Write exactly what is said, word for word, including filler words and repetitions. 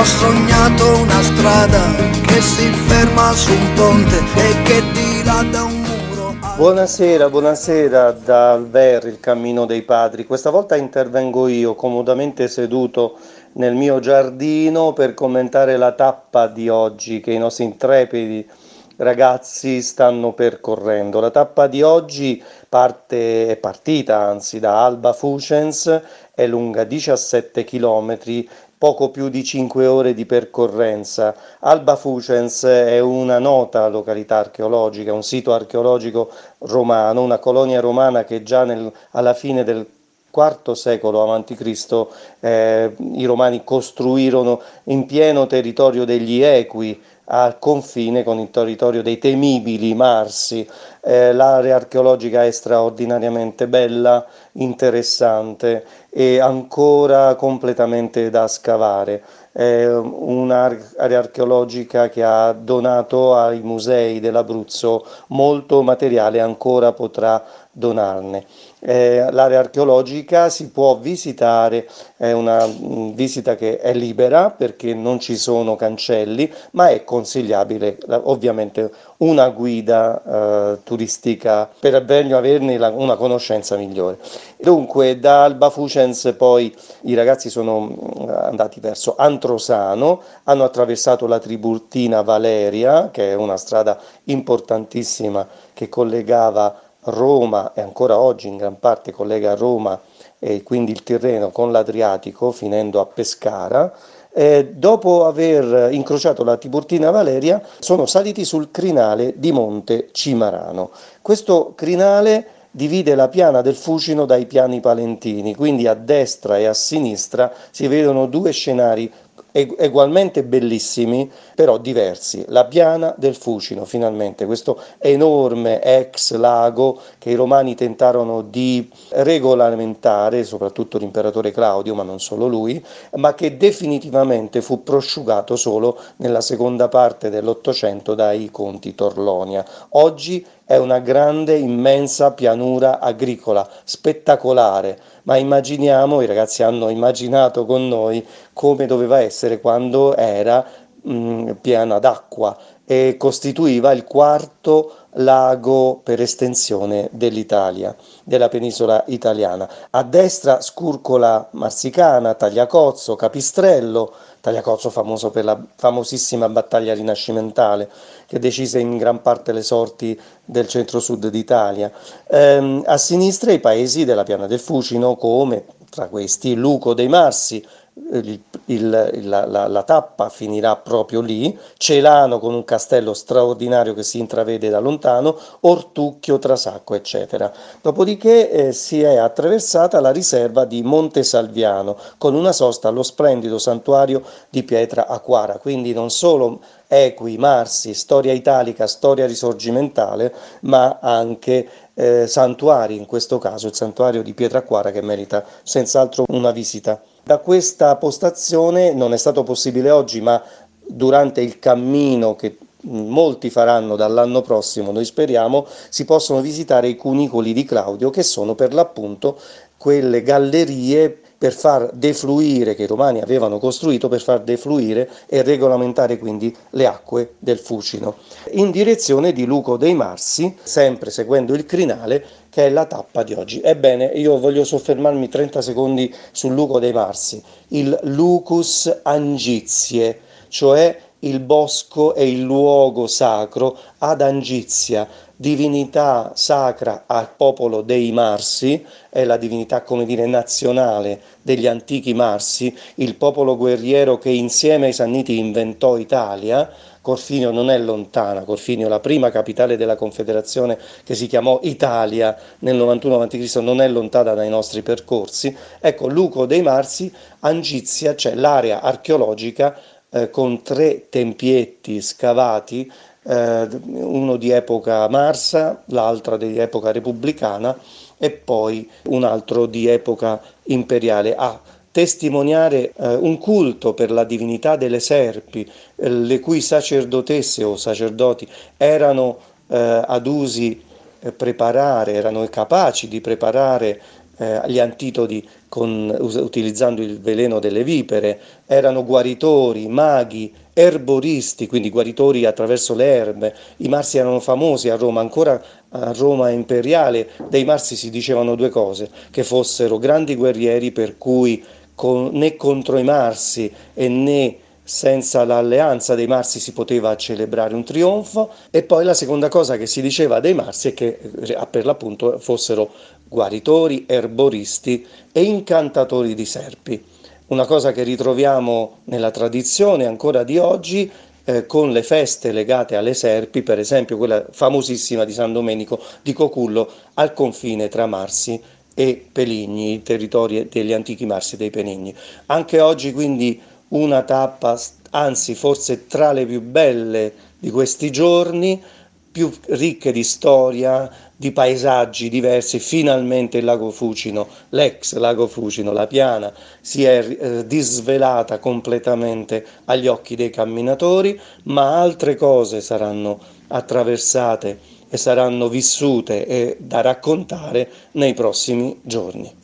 Ho sognato una strada che si ferma su un ponte e che dilata un muro. Buonasera, buonasera da Alver, il Cammino dei Padri. Questa volta intervengo io, comodamente seduto nel mio giardino, per commentare la tappa di oggi che i nostri intrepidi ragazzi stanno percorrendo. La tappa di oggi parte, è partita anzi da Alba Fucens, è lunga diciassette chilometri, poco più di cinque ore di percorrenza. Alba Fucens è una nota località archeologica, un sito archeologico romano, una colonia romana che già nel, alla fine del quarto secolo avanti Cristo eh, i romani costruirono in pieno territorio degli Equi, al confine con il territorio dei temibili Marsi. Eh, l'area archeologica è straordinariamente bella, interessante e ancora completamente da scavare. È un'area archeologica che ha donato ai musei dell'Abruzzo molto materiale, ancora potrà donarne. Eh, l'area archeologica si può visitare, è una mh, visita che è libera perché non ci sono cancelli, ma è consigliabile ovviamente una guida eh, turistica per meglio averne la, una conoscenza migliore. Dunque da Alba Fucens poi i ragazzi sono andati verso Antrosano, hanno attraversato la Tiburtina Valeria, che è una strada importantissima che collegava Roma e ancora oggi in gran parte collega Roma e quindi il Tirreno con l'Adriatico, finendo a Pescara. Eh, dopo aver incrociato la Tiburtina Valeria sono saliti sul crinale di Monte Cimarano. Questo crinale divide la piana del Fucino dai piani palentini, quindi a destra e a sinistra si vedono due scenari ugualmente bellissimi, però diversi. La piana del Fucino, finalmente, questo enorme ex lago che i romani tentarono di regolamentare, soprattutto l'imperatore Claudio, ma non solo lui, ma che definitivamente fu prosciugato solo nella seconda parte dell'Ottocento dai conti Torlonia. Oggi è una grande, immensa pianura agricola, spettacolare, ma immaginiamo, i ragazzi hanno immaginato con noi come doveva essere quando era mh, piena d'acqua e costituiva il quarto lago per estensione dell'Italia, della penisola italiana. A destra Scurcola Marsicana, Tagliacozzo, Capistrello, Tagliacozzo famoso per la famosissima battaglia rinascimentale che decise in gran parte le sorti del centro-sud d'Italia. Ehm, a sinistra i paesi della piana del Fucino, come tra questi Luco dei Marsi. Il, il, la, la, la tappa finirà proprio lì, Celano con un castello straordinario che si intravede da lontano, Ortucchio, Trasacco, eccetera. Dopodiché eh, si è attraversata la riserva di Monte Salviano con una sosta allo splendido santuario di Pietra Aquara, quindi non solo Equi, Marsi, storia italica, storia risorgimentale, ma anche eh, santuari, in questo caso il santuario di Pietra Aquara che merita senz'altro una visita. Da questa postazione non è stato possibile oggi, ma durante il cammino che molti faranno dall'anno prossimo, noi speriamo, si possono visitare i cunicoli di Claudio, che sono per l'appunto quelle gallerie per far defluire, che i romani avevano costruito per far defluire e regolamentare quindi le acque del Fucino, in direzione di Luco dei Marsi, sempre seguendo il crinale, che è la tappa di oggi. Ebbene, io voglio soffermarmi trenta secondi sul Luco dei Marsi, il Lucus Angizie, cioè il bosco e il luogo sacro ad Angizia, divinità sacra al popolo dei Marsi, è la divinità, come dire, nazionale degli antichi Marsi, il popolo guerriero che insieme ai Sanniti inventò Italia. Corfinio non è lontana, Corfinio, la prima capitale della Confederazione che si chiamò Italia nel novantuno avanti Cristo, non è lontana dai nostri percorsi. Ecco, Luco dei Marsi, Angizia, c'è l'area archeologica eh, con tre tempietti scavati, eh, uno di epoca Marsa, l'altra di epoca repubblicana e poi un altro di epoca imperiale, a testimoniare eh, un culto per la divinità delle serpi, eh, le cui sacerdotesse o sacerdoti erano eh, adusi eh, preparare, erano capaci di preparare eh, gli antidoti con, us- utilizzando il veleno delle vipere, erano guaritori, maghi, erboristi, quindi guaritori attraverso le erbe. I Marsi erano famosi a Roma, ancora a Roma imperiale, dei Marsi si dicevano due cose: che fossero grandi guerrieri, per cui con- né contro i Marsi e né senza l'alleanza dei Marsi si poteva celebrare un trionfo, e poi la seconda cosa che si diceva dei Marsi è che eh, per l'appunto fossero guaritori, erboristi e incantatori di serpi. Una cosa che ritroviamo nella tradizione ancora di oggi, eh, con le feste legate alle serpi, per esempio quella famosissima di San Domenico di Cocullo al confine tra Marsi e Peligni, i territori degli antichi Marsi e dei Peligni. Anche oggi quindi una tappa, anzi forse tra le più belle di questi giorni, più ricche di storia, di paesaggi diversi. Finalmente il lago Fucino, l'ex lago Fucino, la piana, si è eh, disvelata completamente agli occhi dei camminatori, ma altre cose saranno attraversate e saranno vissute e da raccontare nei prossimi giorni.